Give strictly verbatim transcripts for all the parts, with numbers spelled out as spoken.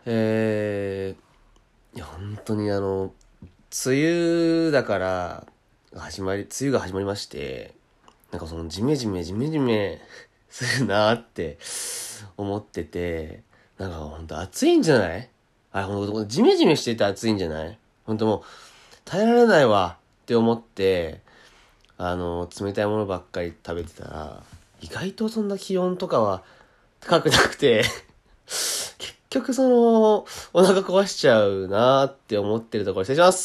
えー、いや本当にあの梅雨だから始まり梅雨が始まりまして、なんかそのジメジメジメジメするなーって思ってて、なんか本当暑いんじゃない？あれ本当ジメジメしてて暑いんじゃない？本当もう耐えられないわって思って、あの冷たいものばっかり食べてたら、意外とそんな気温とかは高くなくて結局そのお腹壊しちゃうなーって思ってるところ失礼します。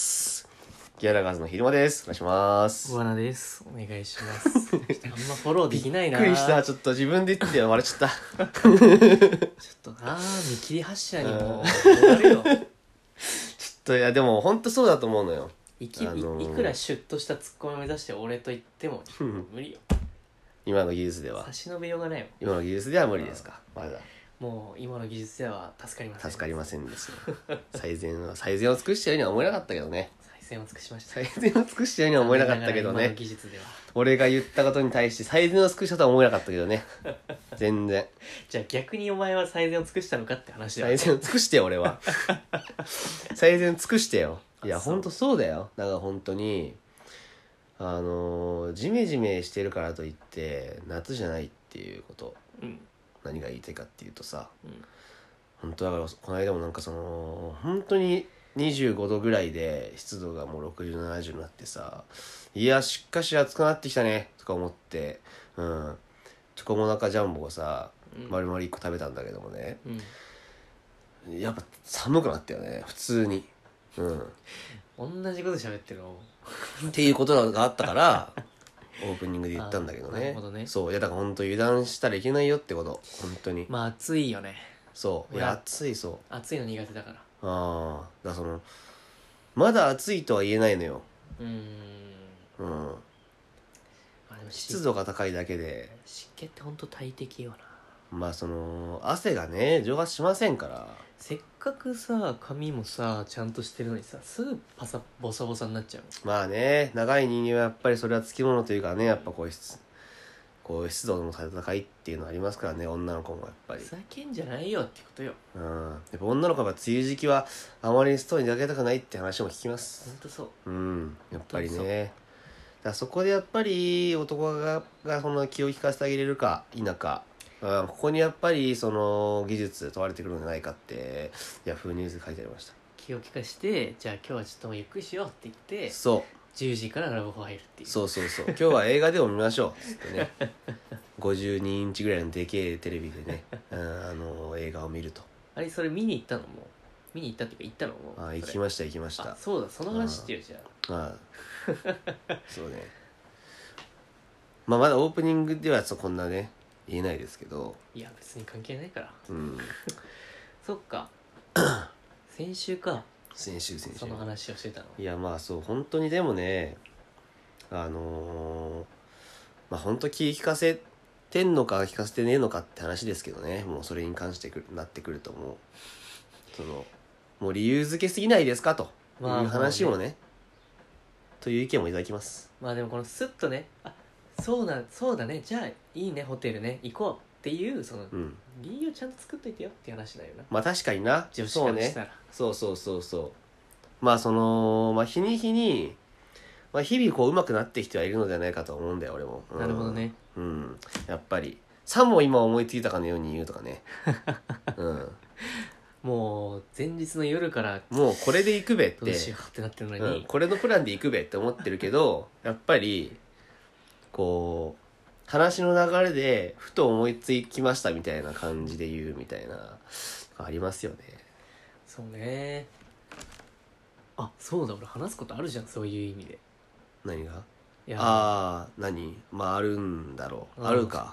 ギャラガーズの昼間です。お願いします。 小花です。お願いします。ちょっとあんまフォローできないな。 びっくりした。ちょっと自分で言ってて笑っちゃったちょっとな見切り発車にもなるよ。 ちょっといやでも本当そうだと思うのよ。 いき、 あのー、 い, いくらシュッとしたツッコミを目指して俺と言っても無理よ。 今の技術では差し伸べようがないもん。 今の技術では無理ですか？まだもう今の技術では助かりません。 助かりませんですよ。最善は最善を尽くしたようには思えなかったけどね。 最善を尽くしました。 最善を尽くしたようには思えなかったけどね。 今の技術では俺が言ったことに対して最善を尽くしたとは思えなかったけどね。全然。 じゃあ逆にお前は最善を尽くしたのかって話だよ。 最善を尽くしてよ俺は。最善を尽くしてよ。いやほんとそうだよ。だから本当にあのー、ジメジメしてるからといって夏じゃないっていうこと、 うん、 何が言いたいかっていうとさ、 うん、 本当だからこの間もなんかその本当ににじゅうごどぐらいで湿度がもうろくじゅう、ななじゅうになってさ、いやしかし暑くなってきたねとか思って、うん、チョコモナカジャンボをさ、うん、丸々いっこ食べたんだけどもね、うん、やっぱ寒くなったよね普通に。 うん、同じこと喋ってるのっていうことがあったからオープニングで言ったんだけどね。 なるほどね。 そういやだから本当油断したらいけないよってこと。本当にまあ暑いよね。 そういや暑い。そう暑いの苦手だから。 ああだからそのまだ暑いとは言えないのよ。 うーんうん、 まあ、でも湿度が高いだけで湿気ってほんと大敵よな。 まあその汗がね蒸発しませんから。 せっかくさ髪もさちゃんとしてるのにさすぐパサボサボサになっちゃう。 まあね長い人間はやっぱりそれはつきものというかね、やっぱこう湿こう湿度の高いっていうのありますからね。女の子もやっぱりふざけんじゃないよってことよ。 うんやっぱ女の子は梅雨時期はあまり外に出かけたくないって話も聞きます。 ほんとそう。 うんやっぱりね。だからそこでやっぱり男ががその気を利かせてあげれるか否か、うん、ここにやっぱりその技術問われてくるんじゃないかってヤフーニュースで書いてありました。 気を利かしてじゃあ今日はちょっともうゆっくりしようって言ってそうじゅうじからラブホ入るっていう。 そうそうそう今日は映画でも見ましょうつってねごじゅうにインチぐらいのでけえテレビでね、うん、あの映画を見ると。 あれそれ見に行ったのも見に行ったっていうか行ったのもあ行きました行きました。 あそうだその話っていうじゃああそうねまあまだオープニングではそこんなね言えないですけど、 いや別に関係ないからうんそっか先週か先週先週その話をしてたの。 いやまあそう本当にでもねあのー、まあ本当気利かせてんのか聞かせてねえのかって話ですけどね。もうそれに関してくるなってくるともうそのもう理由付けすぎないですかという話もね、まあねという意見もいただきます。 まあでもこのスッとねあそうだそうだねじゃあいいねホテルね行こうっていうその、うん、理由をちゃんと作っといてよっていう話だよな。 まあ確かにな女子からしたらそうそうそうそうまあそのまあ日に日にまあ、日々こう上手くなってきてはいるのではないかと思うんだよ俺も、うん、 なるほどね。 うんやっぱりさも今思いついたかのように言うとかねうんもう前日の夜からもうこれで行くべってどうしようってなってるのに、 うん、これのプランで行くべって思ってるけどやっぱりこう話の流れでふと思いつきましたみたいな感じで言うみたいなありますよね。 そうね。あそうだ俺話すことあるじゃんそういう意味で。 何がいやああ何まああるんだろう、うん、あるか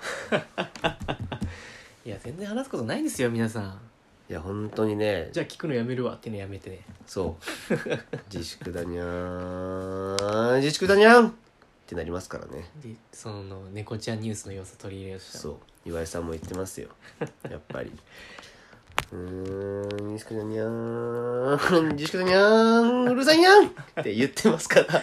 いや全然話すことないんですよ皆さん。 いや本当にねじゃあ聞くのやめるわってねやめてね。 そう自粛だにゃーん自粛だにゃんってなりますからね。 でその猫ちゃんニュースの要素取り入れようとした。 そう岩井さんも言ってますよやっぱりうーん西くんにゃーん西くんにゃーんうるさいにゃんって言ってますから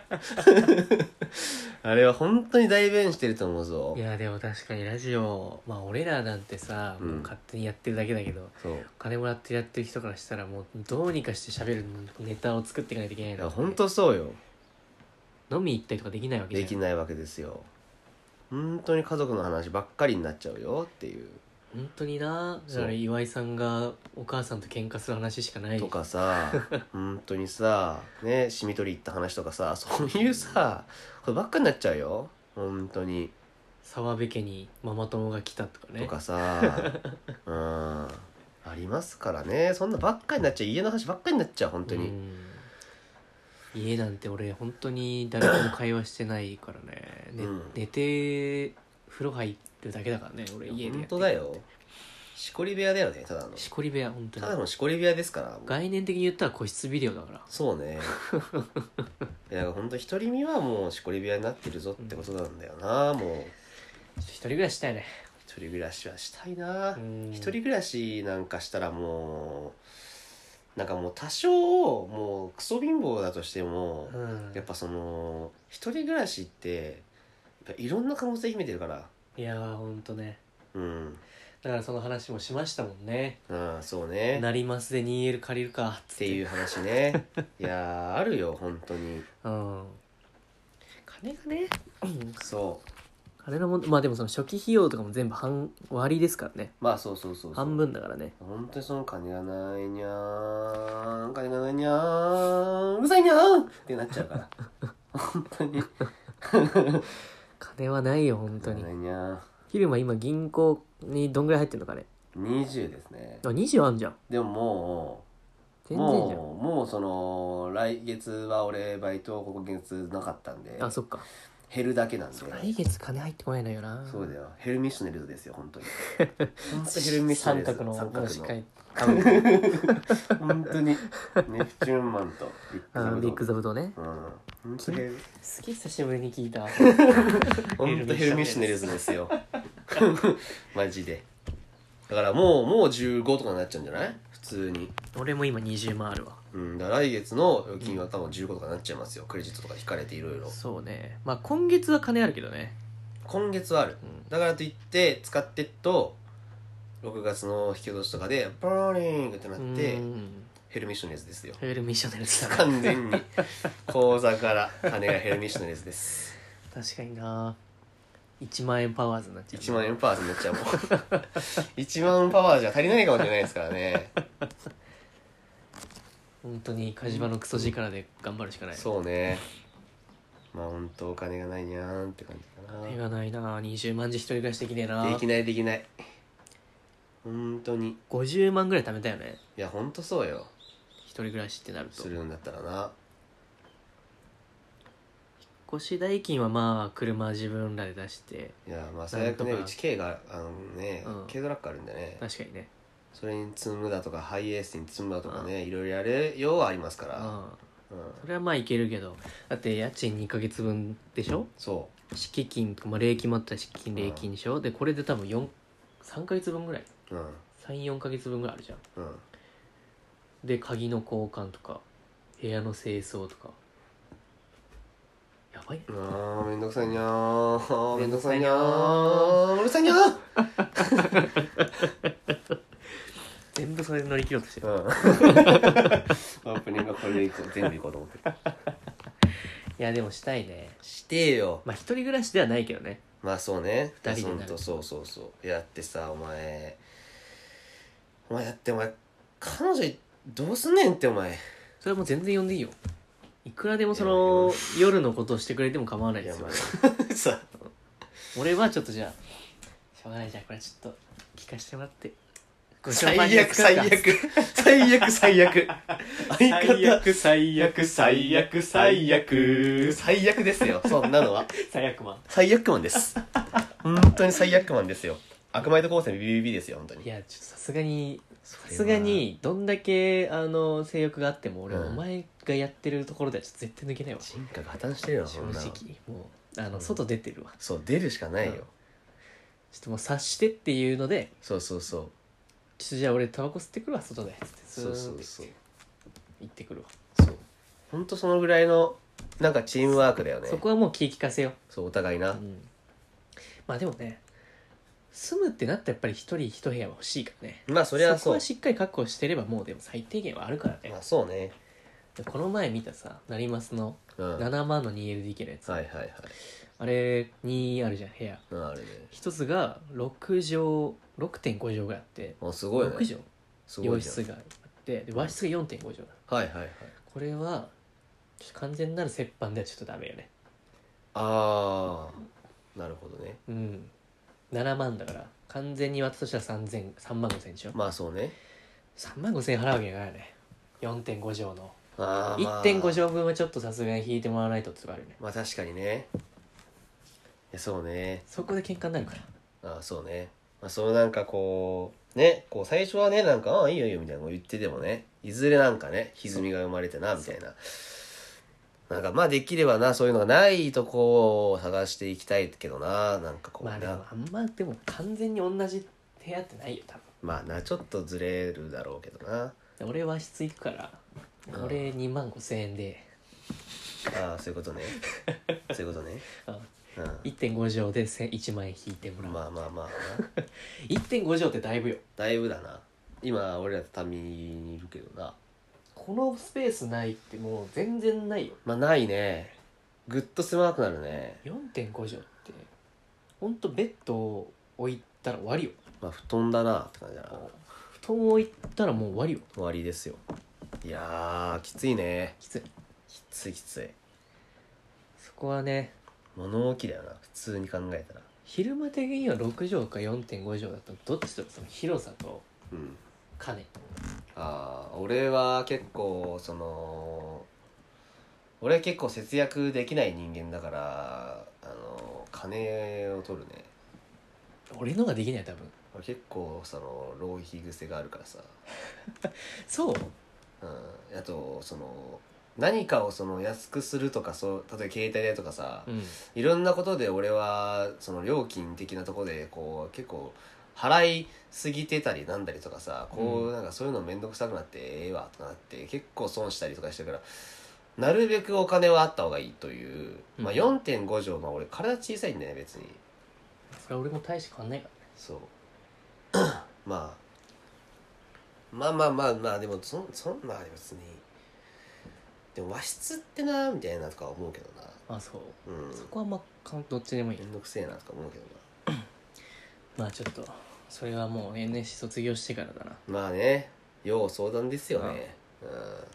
あれは本当に代弁してると思うぞ。 いやでも確かにラジオ、まあ俺らなんてさ、 うんもう勝手にやってるだけだけど、 そうお金もらってやってる人からしたらもうどうにかして喋るネタを作っていかないといけないいのに、 や本当そうよ。 飲み行ったりとかできないわけじゃん。 できないわけですよ。本当に家族の話ばっかりになっちゃうよっていう本当にな。だそうから岩井さんがお母さんと喧嘩する話しかないとかさ本当にさねしみ取り行った話とかさそういうさこればっかりになっちゃうよ本当に。 澤部家にママ友が来たとかねとかさうんありますからね。そんなばっかりになっちゃう家の話ばっかりになっちゃう本当に。 うん家なんて俺本当に誰とも会話してないからね、ねうん寝て風呂入るだけだからね俺家でやって本当だよ。しこり部屋だよねただの。 しこり部屋本当にただのしこり部屋ですから。 概念的に言ったら個室ビデオだからそうねいや本当独り身はもうしこり部屋になってるぞってことなんだよな、もう一人暮らししたいね。 一人暮らしはしたいな。 うん一人暮らしなんかしたらもうなんかもう多少もうクソ貧乏だとしても、 うんやっぱその一人暮らしってやっぱいろんな可能性秘めてるから。 いやーほんとね。 うんだからその話もしましたもんね。 ああそうねなりますで ツーエル 借りるかっつっってていう話ねいやーあるよ本当に。 うん金がねそう金のもんまあでもその初期費用とかも全部半割りですからね。 まあそうそうそうそう半分だからね。 本当にその金がないにゃーん金がないにゃーんうるさいにゃーんってなっちゃうから本当に金はないよ本当に金。がないにゃー昼間今銀行にどんぐらい入ってんのかね。 にじゅうですね。 あにじゅうあんじゃん。 でももう全然じゃん。 もうもうその来月は俺バイトここ月なかったんであそっか。 減るだけなんで。 来月金入ってこないのよな。 そうだよヘルミッシュネルズですよ本当に本当ヘルミッシュネルズ三角の三角帽子かい本当にネプチューンマンとビッグザブドあビッグザブドね。 うん本当ヘルすげえ久しぶりに聞いた。 本当ヘルミッシュネルズですよマジで。だからもうもうじゅうごとかになっちゃうんじゃない普通に。 俺も今にじゅうまんあるわ。 うんだから来月の預金は多分じゅうごとかになっちゃいますよ。クレジットとか引かれていろいろ。 そうね。まあ今月は金あるけどね。 今月はある、 うんだからといって使ってっとろくがつの引き落としとかでバーニングってなってうんヘルミッシュネルズですよヘルミッショネルズだな。 完全に口座から金がヘルミッシュネルズです確かにないちまん円パワーズになっちゃう。 いちまん円パワーズになっちゃうもんいちまんパワーじゃ足りないかもしれないですからね本当に火事場のクソ力で頑張るしかない。 そうねまあ本当お金がないにゃーんって感じかな。 金がないな。にじゅうまんじ一人暮らしできねえな。 できないできない本当に。 ごじゅうまんぐらい貯めたよね。 いや本当そうよ。 一人暮らしってなると。 するんだったらな。 引っ越し代金はまあ車自分らで出して。 いやまあ最悪ねなんとかうち軽があのね、 うん軽トラックあるんでね、 確かにね。 それに積むだとかハイエースに積むだとかね、いろいろやるようはありますから、 うんうん、 それはまあいけるけど、だって家賃にかげつぶんでしょ。 そ敷金とか、まあ、礼金もあったら敷金礼金でしょ。でこれで多分よん さんかげつぶんぐらいううんさん、よんかげつぶんぐらいあるじゃん。 うんで鍵の交換とか部屋の清掃とかやばいね。 あーめんどくさいにゃーめんどくさいにゃーうるさいにゃー全部それで乗り切ろうとしてる。 うんオープニングはこれでいこう全部いこうと思ってる。 いやでもしたいね。 してよ。 まあ一人暮らしではないけどね。 まあそうね二人でなるほんとそうそうそうやってさお前お前やってお前彼女どうすんねんってお前それはもう全然呼んでいいよ。いくらでもその夜のことをしてくれても構わないですよ。 さ俺はちょっとじゃあしょうがないじゃんこれちょっと聞かせてもらって最悪最悪最悪最悪相方最悪最悪最悪最悪ですよそんなのは最悪マン。 最悪マンです本当に最悪マンですよ。悪魔糸高専ビビビビですよ本当に。 いやちょっとさすがにされはすがにどんだけあの性欲があっても俺、 うんお前がやってるところではちょっと絶対抜けないわ。 人格破綻してるよ正そんなの。 直もうあの、 うん外出てるわ。 そう出るしかないよ、 うんちょっともう察してっていうのでそうそうそうちょっとじゃあ俺タバコ吸ってくるわ外でつってスそうーンってそうそう行ってくるわ、 そうほんとそのぐらいのなんかチームワークだよね。 そこはもう気利かせよそうお互いな、 う、うん、まあでもね住むってなったらやっぱり一人一部屋は欲しいからね。 まあそれはそうそこはしっかり確保してればもうでも最低限はあるからね、 まあそうね、 でこの前見たさ成増のうん、はいななまんの にエルディーケー のやつ、 はいはいあれにあるじゃん部屋、 うんあれね一つがろくじょう ろくてんご 畳ぐらいあって、 あすごいねろく畳すごいじゃん洋室があってで和室が よんてんご 畳だ、 はいはいはいこれはちょっと完全なる折半ではちょっとダメよね。 ああなるほどね。 うんななまんだから完全に渡すとしたらさんぜんさんまんごせんでしょ、 まあそうね。 さんまんごせん円払うわけにはいかないよね。 よんてんご 畳のあー、まあ、 いってんご畳分はちょっとさすがに引いてもらわないとってとこあるよね。 まあ確かにね。いやそうね。 そこで喧嘩になるから。 ああそうね。まあそうなんかこうねこう最初はねなんかああいいよいいよみたいなの言っててもねいずれなんかね歪みが生まれてなみたいな。なんかまあできればなそういうのがないとこを探していきたいけどななんかこうな、 まあでもあんまでも完全に同じ部屋ってないよ多まあなちょっとずれるだろうけどな。 分。俺和室行くからうん俺にまんごせん円でああそういうことねそういうことね。 あういってんご畳でいちまん円引いてもらん、 う、 まあまあまあな。 いってんご畳ってだいぶよ。 だいぶだな。今俺ら畳にいるけどな。 このスペースないってもう全然ないよ。 まあないね。ぐっと狭くなるね。 よんてんご 畳ってほんとベッドを置いたら終わりよ。 まあ布団だなって感じだな。 布団を置いたらもう終わりよ。 終わりですよ。いやーきついね。 きつい。 きついきつい。 そこはね物置だよな普通に考えたら。 昼間的にはろく畳か よんてんご 畳だとどっちとその広さとうん。 金。 ああ俺は結構その俺結構節約できない人間だからあの金を取るね。 俺のができない多分。 俺結構その浪費癖があるからさ。 そううん、あとその何かをその安くするとかそう例えば携帯代とかさ、 うんいろんなことで俺はその料金的なところでこう結構払いすぎてたりなんだりとかさこううなんかそういうの面倒くさくなってええわとかなって結構損したりとかしてるからなるべくお金はあった方がいいという、 うんまあ、よんてんご畳まあ俺体小さいんだよね別に。 それは俺も大して変わんないからね。 そうまあまあまあまあまあでもそそんまあ別にでも和室ってなみたいなとか思うけどな。 あそう、 うんそこはまあかんどっちでもいいめんどくせえなとか思うけどな。 まあちょっとそれはもう エヌエスシー 卒業してからだな。 まあね要相談ですよね。うん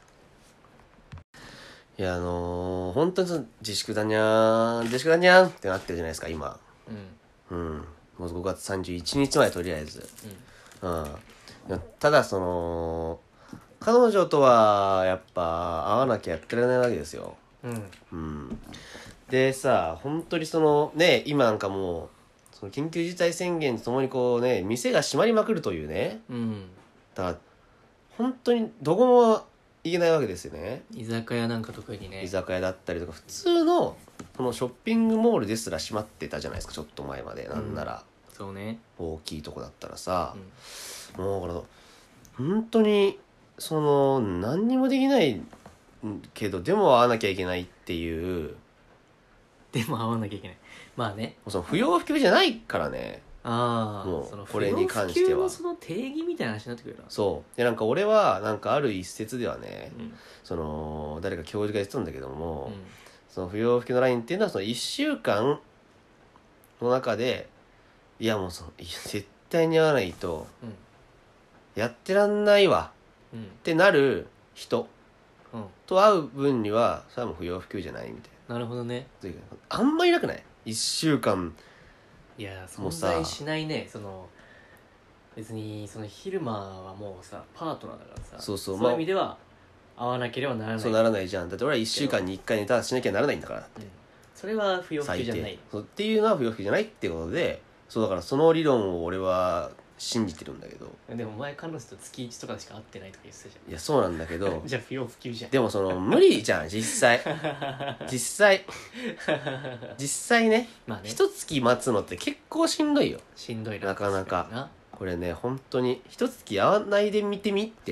いやあのー、本当にその自粛だにゃーん自粛だにゃーんってなってるじゃないですか今。 うんうんもうごがつさんじゅういちにちまでとりあえず。 うんうんいやただその彼女とはやっぱ会わなきゃやってられないわけですよ。 うんうんでさ本当にそのね今なんかもうその緊急事態宣言とともにこうね店が閉まりまくるというねうんだから本当にどこも行けないわけですよね。 居酒屋なんか特にね。 居酒屋だったりとか普通のこのショッピングモールですら閉まってたじゃないですかちょっと前まで。なんならそうね。 大きいとこだったらさう、んもうだから本当にその何にもできないけどでも会わなきゃいけないっていうでも会わなきゃいけない。まあね。 その不要不急じゃないからね。 ああもうそのこれに関しては不要不急のその定義みたいな話になってくるな。 そうでなんか俺はなんかある一節ではね、 うんその誰か教授が言ってたんだけども、 うんその不要不急のラインっていうのはそのいっしゅうかんの中でいやもうそのいや絶対に会わないとうんやってらんないわうんってなる人うんと会う分にはそれはもう不要不急じゃないみたいなるほどね。 な。あんまいなくない ?いっ 週間いや存もうさ在しないね。その別にその昼間はもうさパートナーだからさ、 そうそうそういう意味では会わなければならない。 そうならないじゃん。だって俺はいっしゅうかんにいっかいネタしなきゃならないんだからうんそれは不要不急最じゃない低。そうっていうのは不要不急じゃないってことでそうだからその理論を俺は信じてるんだけどでも前彼女と月いちとかしか会ってないとか言ってたじいやそうなんだけゃどんじゃあ不要不急じゃん。 でもその無理じゃん実際実際実際ねまあね一月待つのって結構しんどいよ。 しんどいななかなか確にな。 これね本当に一月会わないで見てみって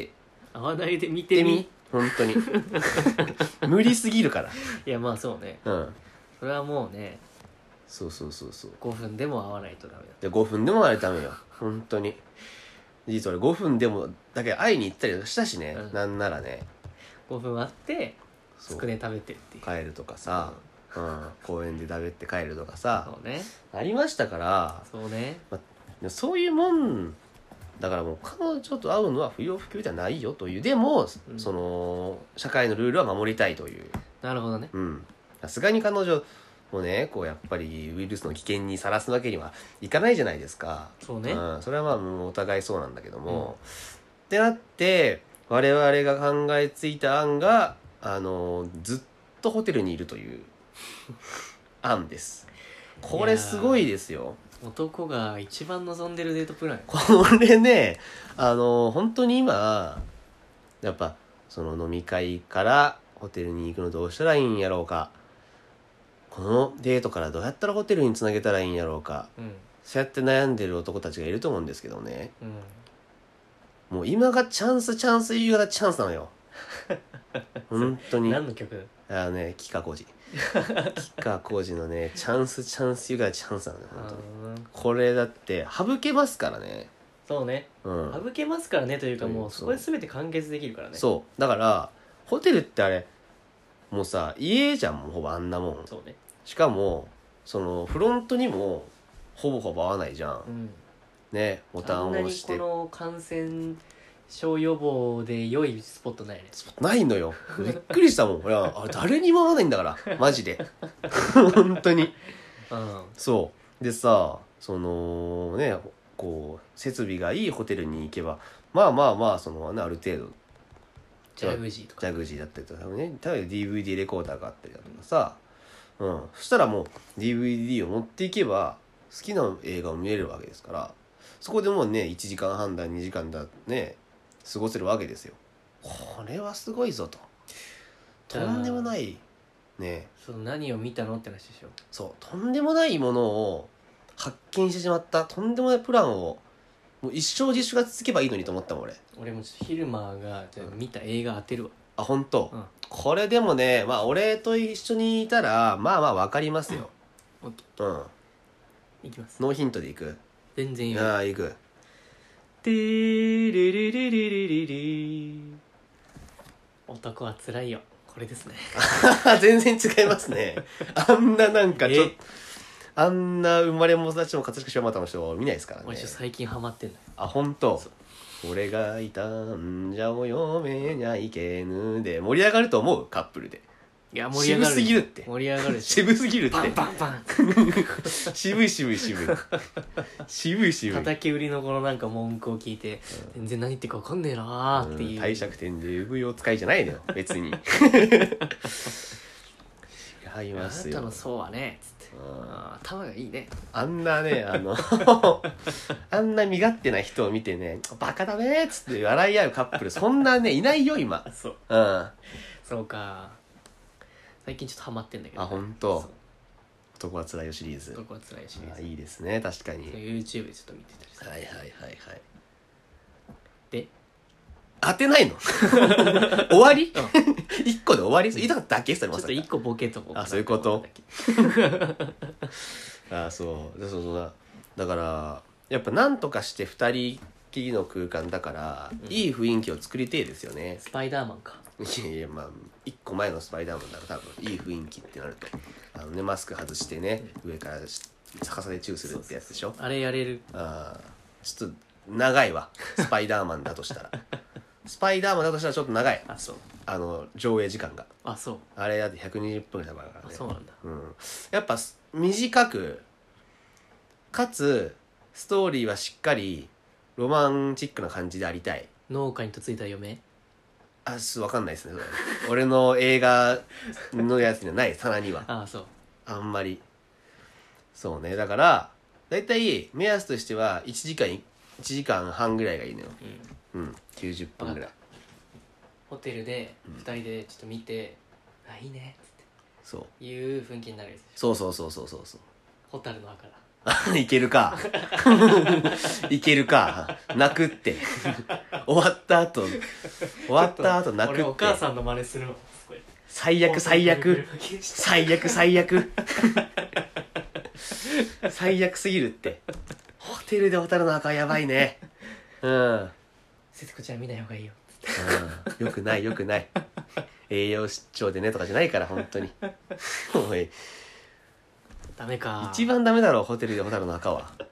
合わないで見てみてみ本当に無理すぎるから。 いやまあそうね、 うんそれはもうねそうそうそうそうごふんでも合わないとダメだ。 でごふんでもあれダメよ本当に。実は俺ごふんでもだけ会いに行ったりしたしね、 うんなんならねごふんあってそうつくね食べてるっていう。 帰るとかさ、うん公園で食べて帰るとかさそうねありましたから、 そうねまそういうもんだからもう彼女と会うのは不要不急ではないよという、でも、 うんその社会のルールは守りたいという。 なるほどね。 うんさすがに彼女もねこうやっぱりウイルスの危険にさらすわけにはいかないじゃないですか。 そうね、 うん、それはまあもうお互いそうなんだけども、ってなって我々が考えついた案があのずっとホテルにいるという案です。これすごいですよ。 男が一番望んでるデートプラン。 これねあの本当に今やっぱその飲み会からホテルに行くのどうしたらいいんやろうか、このデートからどうやったらホテルにつなげたらいいんやろうか、 うんそうやって悩んでる男たちがいると思うんですけどね、 うんもう今がチャンスチャンス夕方チャンスなのよ本当に。 何の曲？ あのね吉川晃司吉川晃司のねチャンスチャンス夕方チャンスなのよ本当に。 あーこれだって省けますからね。 そうねうん省けますからねというかもうそうそこで全て完結できるからね。 そうだからホテルってあれもうさ家じゃんもうほぼあんなもん。 そうねしかもそのフロントにもほぼほぼ合わないじゃんうんね。ボタンを押してあんなにこの感染症予防で良いスポットないね。 ないのよ。びっくりしたもん。俺はあれ誰にも合わないんだからマジで本当にうんそうでさそのねこう設備がいいホテルに行けばまあまあまあその、ね、ある程度ジャグジーとかジャグジーだったりとかね、例えば ディーブイディー レコーダーがあったりだとかさ、うん、そしたらもう ディーブイディー を持っていけば好きな映画を見れるわけですから、そこでもうねいちじかんはんだにじかんだね過ごせるわけですよ。これはすごいぞと。とんでもないね、 その何を見たのって話でしょ。 そうとんでもないものを発見してしまった、とんでもないプランをもう一生自粛が続けばいいのにと思ったもん俺。 俺もちょっと昼間がじゃあ見た映画当てるわ。 あ本当、 うんこれでもねまあ俺と一緒にいたらまあまあわかりますよ。 オッケーうんいきます。 ノーヒントでいく。 全然いいよ。 ああいく。 てーるるるるるるる男はつらいよ。これですね。 全然違いますね。あんななんかちょっえとあんな生まれも育ちも葛飾柴又の人を見ないですからね。 俺ちょっと最近ハマってんのよ。 あ本当そう。 俺がいたんじゃお嫁にゃいけぬで盛り上がると思うカップルで。 いや盛り上がる。 渋すぎるって盛り上がるでしょ。 渋すぎるってパンパンパン。 渋い渋い渋い渋い渋い叩き売りのこのなんか文句を聞いて、全然何言ってるか分かんねえなーっていう。 うん帝釈天で産用使いじゃないのよ別に違いあますよなたの層はねつって、 うんあー頭がいいね。 あんなねあのあんな身勝手な人を見てねバカだねっつって笑い合うカップルそんなねいないよ今。 あそううんあそうか。最近ちょっとハマってんだけど、 本当そう男はつらいよシリーズ。 男はつらいシリーズあいいですね確かに。はい YouTube でちょっと見てたりさ、 はいはいはいで当てないの終わり一個で終わり言いたかっただけそれまさかちょっと一個ボケとこうかなあそういうことって思っただけ。 あそうでそうそうだだからやっぱなんとかして二人きりの空間だから、 うんいい雰囲気を作りてえですよね。 スパイダーマンか。 いやいやまあ一個前のスパイダーマンなら多分いい雰囲気ってなるとあのねマスク外してね、上から逆さでチューするってやつでしょ。 あれやれる。 ああちょっと長いわスパイダーマンだとしたらスパイダーマンだとしたらちょっと長いあそうあの上映時間があそうあれだってひゃくにじゅっぷんぐらいだからね。 あそうなんだ。 うん、やっぱ短くかつストーリーはしっかりロマンチックな感じでありたい。 農家に嫁いだ嫁。 あす分かんないですねそれ俺の映画のやつにはない棚にはあそうあんまり。そうねだからだいたい目安としてはいちじかんいちじかんはんぐらいがいいのよ。 うんうんきゅうじゅっぷんぐらい。 ホテルでふたりでちょっと見て、あいいねっつっそうていう雰囲気になるやつでしょ。 そうそうそうそうそうそうホタルの墓だ。 いけるかいけるか泣くって終わった後終わった後泣くって俺お母さんの真似するの最悪最悪最悪最悪最悪すぎるってホテルで蛍の墓やばいねうん節子ちゃん見ない方がいいようんよくないよくない栄養失調でねとかじゃないから本当においダメか一番ダメだろホテルで蛍の墓は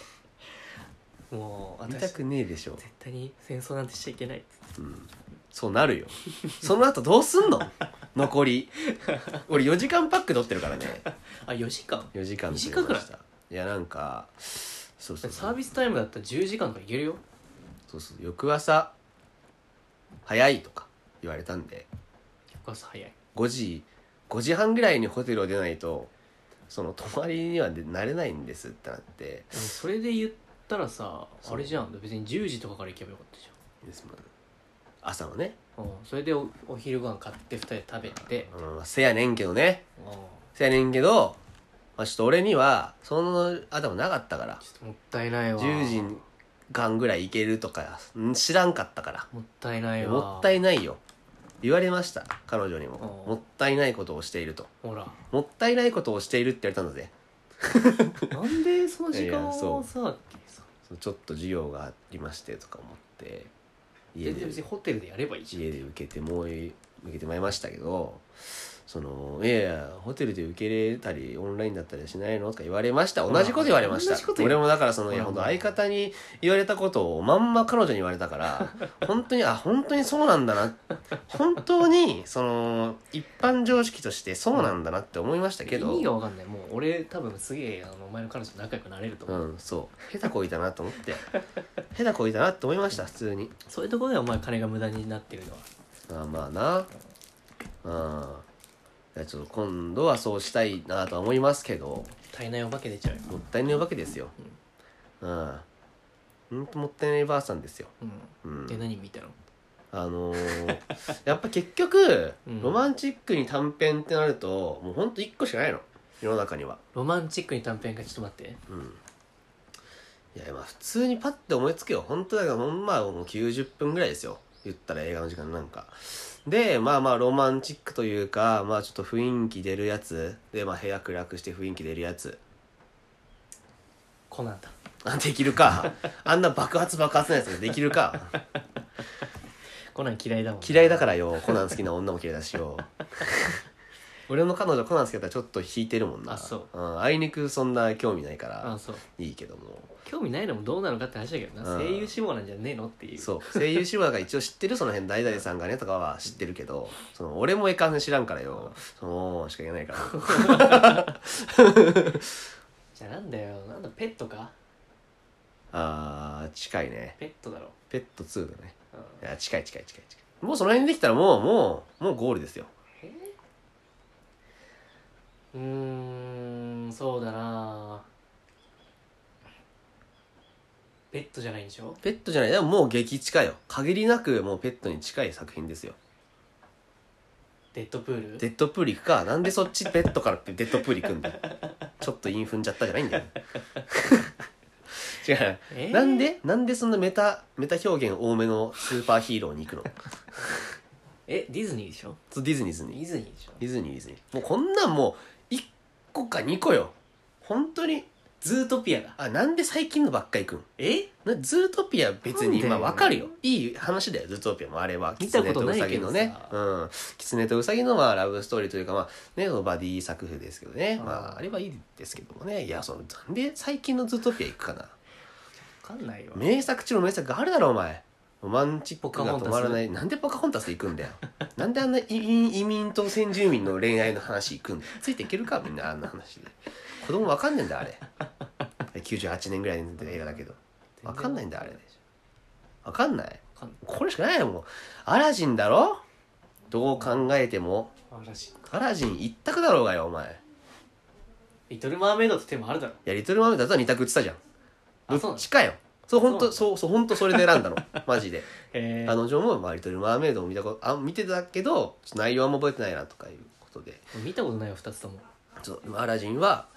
もう見たくねえでしょ、 絶対に戦争なんてしちゃいけない、 うん、そうなるよその後どうすんの残り俺よじかんパック取ってるからねあよじかんよじかん取り短くないましたいやなんかそうそうサービスタイムだったらじゅうじかんとかいけるよそうそう翌朝早いとか言われたんで翌朝早いごじごじはんぐらいにホテルを出ないとその泊まりにはでなれないんですってなってでもそれで言ったらさあれじゃん別にじゅうじとかから行けばよかったじですもん朝のね、 ゃん、うん、それで お, お昼ご飯買ってふたりで食べて、 うん、せやねんけどねうん、 せやねんけど、まあ、ちょっと俺にはその頭なかったからちょっともったいないわじゅうじかんぐらい行けるとかん知らんかったからもったいないわもったいないよ言われました彼女にもうんもったいないことをしているとほらもったいないことをしているって言われたんだぜなんでその時間いやいやをそうさそうちょっと授業がありましてとか思って家で全然別にホテルでやればいいじゃん家で受けてもう受けてまいりましたけどそのいやいやホテルで受けれたりオンラインだったりしないのとか言われました同じこと言われました同じこと言う俺もだからそのいやうん本当相方に言われたことをまんま彼女に言われたから本当にあ本当にそうなんだな本当にその一般常識としてそうなんだなって思いましたけど意味が分かんないもう俺多分すげえあのお前の彼女と仲良くなれると思う、 うんそう下手こいたなと思って下手こいたなって思いました普通にそういうところでお前金が無駄になってるのはあまあなうんいやちょっと今度はそうしたいなとは思いますけどもったいないお化け出ちゃうよもったいないわけですようんほんともったいないばあさんですようん、 うんで何見たのあのー、やっぱ結局、 うんロマンチックに短編ってなるともうほんといっこしかないの世の中にはロマンチックに短編かちょっと待ってうんいやまあ普通にパッて思いつくよ本当だからほんまもうきゅうじゅっぷんぐらいですよ言ったら映画の時間なんかでまあまあロマンチックというかまあちょっと雰囲気出るやつでまあ部屋暗くして雰囲気出るやつコナンだあできるかあんな爆発爆発なやつができるかコナン嫌いだもん嫌いだからよコナン好きな女も嫌いだしよ俺の彼女コナン好きだったらちょっと引いてるもんなあそう、 うん、あいにくそんな興味ないからあそういいけども興味ないのもどうなのかって話だけどな、 うん声優志望なんじゃねえのっていうそう声優志望が一応知ってるその辺大々さんがねとかは知ってるけどその俺もいかん知らんからよそのしか言えないからじゃあなんだよなんだペットかあー近いねペットだろ、 ペットツーだねうんいや近い近い近い近いもうその辺できたらもうもうもうゴールですよえうーんそうだなペットじゃないんでしょペットじゃないでももう激近いよ限りなくもうペットに近い作品ですよデッドプールデッドプール行くかなんでそっちペットからデッドプール行くんだよちょっとイン踏んじゃったじゃないんだよ違う、 えーなんでなんでそんなメタメタ表現多めのスーパーヒーローに行くのえディズニーでしょそうディズニーディズデニーィズニーでしょディズニーディズニーもうこんなんもういっこかにこよ本当にズートピアだあなんで最近のばっか行くんえなズートピア別になんでまあわかるよいい話だよズートピアもあれは見たことないけどさキツネとウサギのねうんキツネとウサギのまあラブストーリーというかまあねバディ作風ですけどねうんまああれはいいですけどもねいやそのなんで最近のズートピア行くかな分かんないわ名作中の名作があるだろお前ロマンチックが止まらなポカホンタいなんでポカホンタスで行くんだよなんであんな移民移民と先住民の恋愛の話行くんだよついていけるかみんなあんな話で子供わかんねえんだあれきゅうじゅうはちねんぐらいに出た映画だけどわかんないんだあれわかんないわかんないこれしかないよもうアラジンだろどう考えても嵐アラジン一択だろうがよお前リトルマーメイドって手もあるだろいやリトルマーメイドだと二択言ってたじゃんあそうなのどっちかよそう本当そそうそう本当それで選んだのマジでへ彼女も、まあ、リトル・マーメイドを見たことあ見てたけど内容はあんま覚えてないなとかいうことで見たことないよふたつともそうアラジンは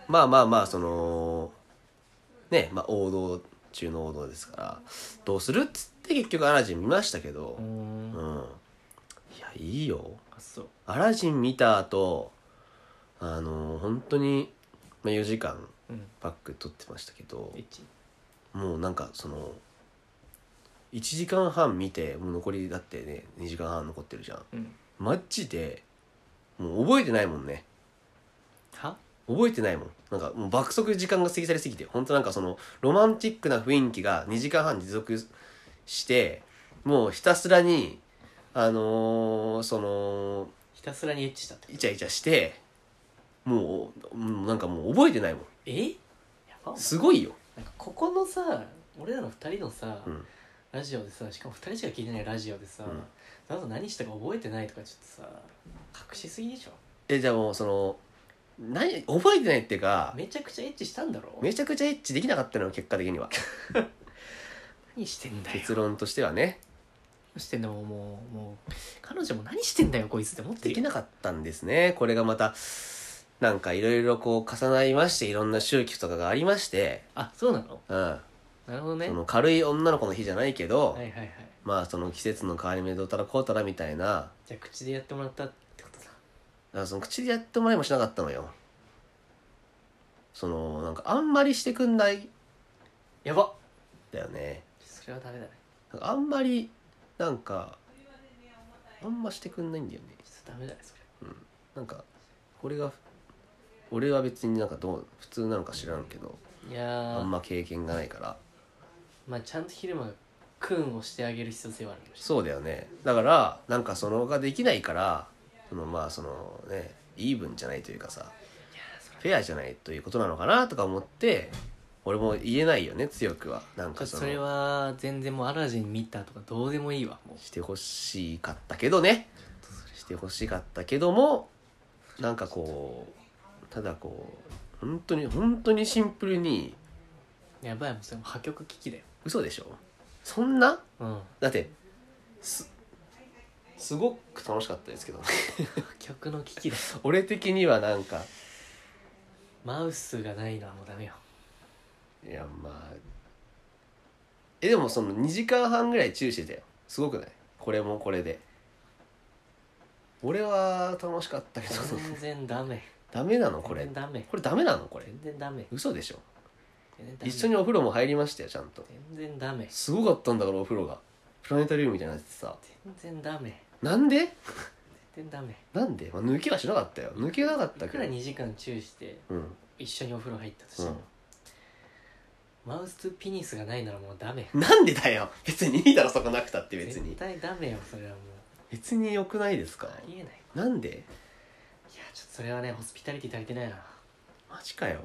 まあまあまあそのねまあ王道中の王道ですからどうするっつって結局アラジン見ましたけど、 うーんうんいやいいよ。 あそうアラジン見た後あの本当に、まあ、よじかんうんパック撮ってましたけどエッチもうなんかそのいちじかんはん見てもう残りだってねにじかんはん残ってるじゃん。 うんマジでもう覚えてないもんね。 は覚えてないもん。なんかもう爆速時間が過ぎ去りすぎて本当なんかそのロマンティックな雰囲気がにじかんはん持続してもうひたすらにあのー、そのひたすらにエッチしたってイチャイチャしてもうもうなんかもう覚えてないもん。 えやばすごいよ。 なんかここのさ俺らのふたりのさ、 うんラジオでさしかもふたりしか聞いてないラジオでさ、 うんあと何したか覚えてないとかちょっとさ隠しすぎでしょ。 えじゃあもうその何覚えてないっていうかめちゃくちゃエッチしたんだろ。 めちゃくちゃエッチできなかったのよ結果的には何してんだよ。 結論としてはね何してんだよもうもう彼女も何してんだよこいつって思ってるよ。 できなかったんですね。これがまたなんかいろいろこう重なりましていろんな周期とかがありましてあそうなの。 うんなるほどね。 その軽い女の子の日じゃないけど、 はいはいはい。 まあその季節の変わり目どうたらこうたらみたいなじゃあ口でやってもらったってことだ。 だからその口でやってもらいもしなかったのよ。そのなんかあんまりしてくんないやばっだよね。 それはダメだね。 なんかあんまりなんかあんましてくんないんだよね。 ちょっとダメだねそれ。 なんかこれが俺は別になんかどう普通なのか知らんけどいやーあんま経験がないからまあちゃんと昼間クーンをしてあげる必要性はあるかもしれそうだよね。だからなんかそのができないからそのまあそのねイーブンじゃないというかさない。いやーそれフェアじゃないということなのかなとか思って俺も言えないよね強くは。なんかそのそれは全然もうアラジン見たとかどうでもいいわもう。 してほしかったけどねしてほしかったけどもなんかこうただこう本当に本当にシンプルにやばいもうそれも破局危機だよ。 嘘でしょ。そんなうんだってすすごく楽しかったですけどね破局の危機だよ。 俺的にはなんかマウスがないのはもうダメよ。 いやまあえでもそのにじかんはんぐらいチューしてたよ。すごくないこれもこれで俺は楽しかったけど全然ダメ。 ダメなのこれ全然ダメ。 これダメなのこれ全然ダメ。 嘘でしょ。 全然ダメ一緒にお風呂も入りましたよちゃんと。 全然ダメ。 すごかったんだからお風呂がプラネタリウムみたいになっててさ全然ダメ。 なんで全然ダメ。 なんで、まあ、抜けはしなかったよ抜けなかったけどいくらにじかんチューしてうん一緒にお風呂入ったとしても、 うんマウスとピニスがないならもうダメ。 なんでだよ別にいいだろそこなくたって別に絶対ダメよそれはもう。 別に良くないですか。 ありえない。いなんでやちょっとそれはねホスピタリティ足りてないな。 マジかよ。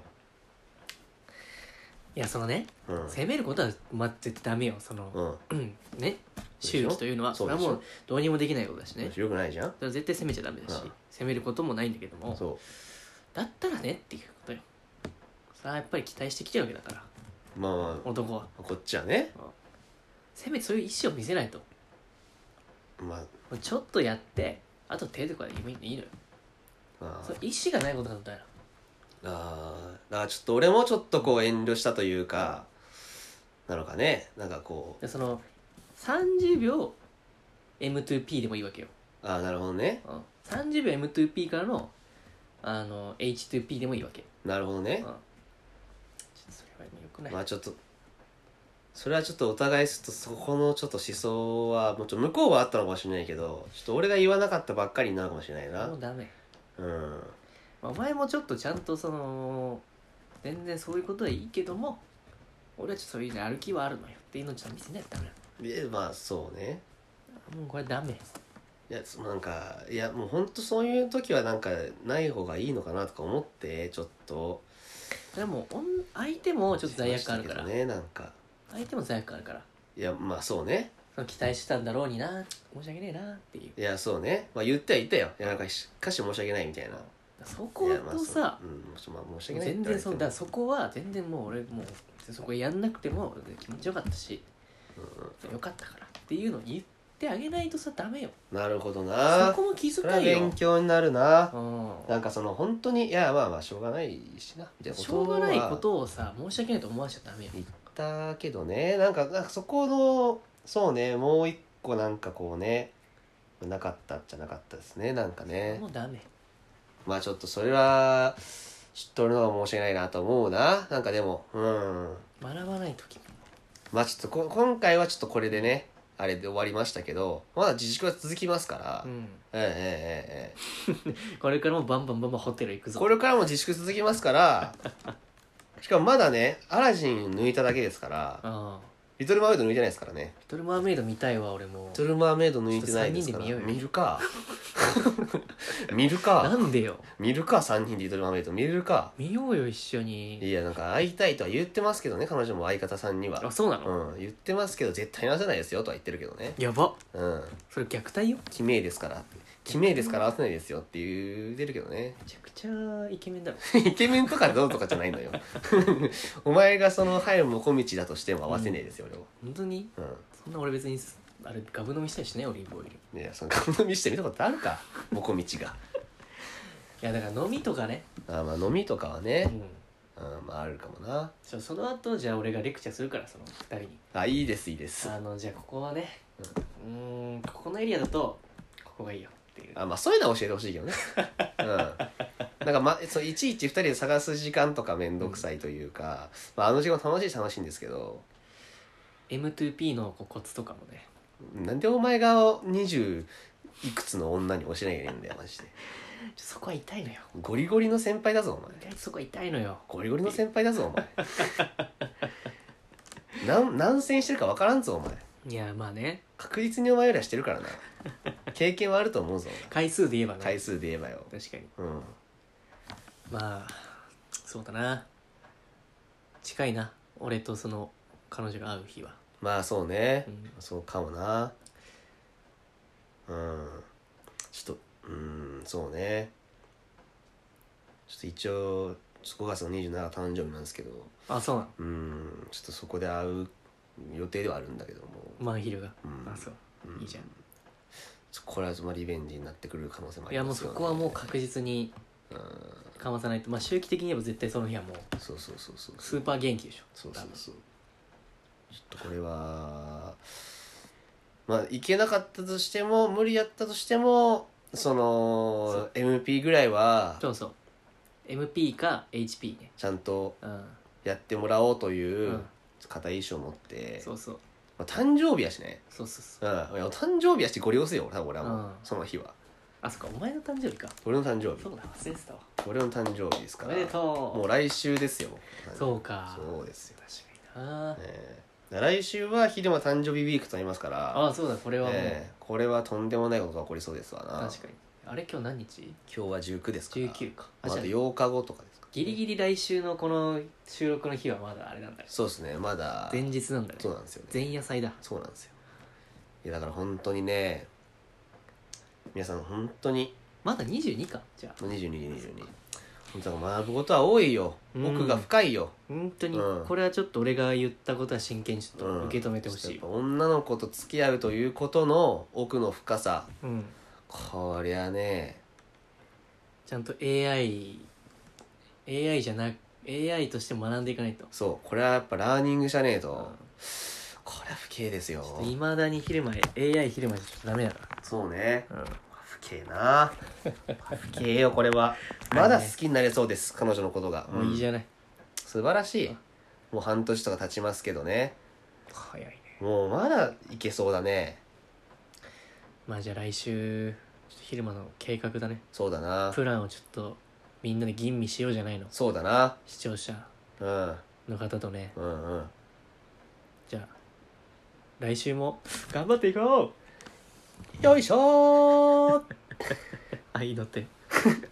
いやそのね、 うん責めることはまあ絶対ダメよその、 うんうん、ね周期というのはそでしょそうれはもうどうにもできないことだしね。 よくないじゃん。 だから絶対責めちゃダメだし、 うん責めることもないんだけども、 そだったらねっていうことよ。それはやっぱり期待してきてるわけだからうまあま男はあこっちはねせめてそういう意思を見せないと。 まあちょっとやってあと手とかでいいのよ。 まあそれ意思がないことなんだよ。 あーだからちょっと俺もちょっとこう遠慮したというかなのかね。なんかこうでそのさんじゅうびょう エムツーピー でもいいわけよ。 ああなるほどねうん、さんじゅうびょう エムツーピー からのあの エイチツーピー でもいいわけ。 なるほどねうん、ちょっとそれはよくない。 まあちょっとそれはちょっとお互いするとそこのちょっと思想はもうちょっと向こうはあったのかもしれないけどちょっと俺が言わなかったばっかりになるかもしれないな。 もうダメ。 うんまあお前もちょっとちゃんとその全然そういうことはいいけども俺はちょっとそういうやる気はあるのよっていうのをちょっと見せないとダメなの。 でまあそうね。 もうこれダメ。 いやそのなんかいやもうほんとそういう時はなんかない方がいいのかなとか思ってちょっとでもおん相手もちょっと罪悪感あるから、 ねなんか相手も罪悪感あるからいやまあそうねその期待してたんだろうにな申し訳ねえなっていう。 いやそうねまあ言ってはいたよ。いやなんかしかし申し訳ないみたいな。 そことさ、 うんまあ、申し訳ない全然そうだからそここは全然もう俺もうそこやんなくても気持ちよかったし、 うんうんよかったからっていうのを言っってあげないとさダメよ。 なるほどそな。 こも気それは遣いよ。 勉強になるな。 うんなんかその本当にいやまあまあしょうがないしなみたいなしょうがないこはとをさ申し訳ないと思わしちゃダメよ。 言ったけどね、なんかなんかそこのそうねもう一個なんかこうねなかったっちゃなかったですねなんかね。 もうダメ。 まあちょっとそれは知っとるのが申し訳ないなと思うな。なんかでもうん学ばない時も。 まあちょっとこ今回はちょっとこれでねあれで終わりましたけど、まだ自粛は続きますから、 うんええええええこれからもバンバンバンバンホテル行くぞ。 これからも自粛続きますからしかもまだねアラジン抜いただけですからああリトルマーメイド抜いてないですからね。 リトルマーメイド見たいわ俺も。 リトルマーメイド抜いてないですから。 ちょっと三人で見ようよ見るか見るかなんでよ。 見るかさんにんでリトルマーメイド見れるか。 見ようよ一緒に。 いやなんか会いたいとは言ってますけどね彼女も相方さんには。 あそうなの、 うん言ってますけど絶対に合わせないですよとは言ってるけどね。 やば。 うんそれ虐待よ。 記名ですから記名ですから合わせないですよって言うてるけどね。 めちゃくちゃイケメンだろ。 イケメンとかどうとかじゃないのよお前がその入るもこみちだとしても合わせねえですよ、 本当に俺は。 そんな俺別にあれガブ飲みしたりしないオリーブオイル。 うんいやそのガム飲みして見たことあるかもこみちが。 いやだから飲みとかね。 あまあ飲みとかはうね、 んうん、まああるかもな。 そその後じゃあ俺がレクチャーするからそのふたりにあいいですいいです。 あのじゃあここはねうーんここのエリアだとここがいいよっていう。 あまあそういうのは教えてほしいけどねうんなんか、ま、そういちいちふたりで探す時間とかめんどくさいというか、まあ、あの時間楽しい楽しいんですけどエムツーピー のこうコツとかもね。 なんでお前がにじゅういくつの女に教えなきゃいけないんだよマジで。 ちょそこは痛いのよ。 ゴリゴリの先輩だぞお前。 意外とそこは痛いのよ。 ゴリゴリの先輩だぞお前何何戦してるか分からんぞお前。 いやまあね確実にお前よりはしてるからな経験はあると思うぞ回数で言えばね。 回数で言えばよ。 確かに。 うんまあそうだな近いな俺とその彼女が会う日は。 まあそうね、 うんそうかもな。うんちょっとうんそうねちょっと一応ごがつのにじゅうしち誕生日なんですけどあそうなの。 うんちょっとそこで会う予定ではあるんだけども、 マンヒルが、 うんあそう、 うんいいじゃん。 これはまあリベンジになってくる可能性もあいやもうりますよね。 そこはもう確実にうんかまさないと。まあ周期的に言えば絶対その日はもうそうそうそうそうスーパー元気でしょ。 そうそうそうちょっとこれはまあいけなかったとしても無理やったとしてもそのそうエムピー ぐらいはそうそう エムピー か エイチピー ね。 ちゃんとうんやってもらおうといううん固い意志を持って、 そうそうまあ、誕生日やしね。 そうそうそう。 うんいや誕生日やしご利用せよ多分俺はもう、 うんその日はあそっかお前の誕生日か。 俺の誕生日そうだ忘れてたわ。 俺の誕生日ですからおめでとう。 もう来週ですよ。 そうかそうですよ、 確かにな。 えー来週は昼間誕生日ウィークとなりますからああそうだこれはもう、 えーこれはとんでもないことが起こりそうですわな。 確かに。あれ今日何日？ 今日はじゅうくですからじゅうくか。あまあ、あとじゃあようかごとかですか。 ギリギリ来週のこの収録の日はまだあれなんだね。 そうですねまだ前日なんだね。 そうなんですよね前夜祭だ。 そうなんですよ。いやだから本当にね皆さん本当にまだにじゅうにかじゃあ。 にじゅうに、にじゅうに本当に学ぶことは多いよ。 うん奥が深いよ。 本当に、 うんこれはちょっと俺が言ったことは真剣にちょっと受け止めてほしいやっぱ女の子と付き合うということの奥の深さうんこりゃねちゃんと エーアイ エーアイ じゃなく エーアイ として学んでいかないと。 そうこれはやっぱラーニングじゃねえと、 うんこれは不敬ですよ。 いまだに昼間 エーアイ 昼間じゃちょっとダメだそうねな。うん不敬な不敬よこれは。まだ好きになれそうです彼女のことが。 もういいじゃんゃない。 素晴らしい。もう半年とか経ちますけどね早いね。 もうまだいけそうだね。 まあじゃあ来週ちょっと昼間の計画だね。 そうだなプランをちょっとみんなで吟味しようじゃないの。 そうだな視聴者うんの方とね。 うんうんじゃあ来週も頑張っていこう。 よいしょー愛の手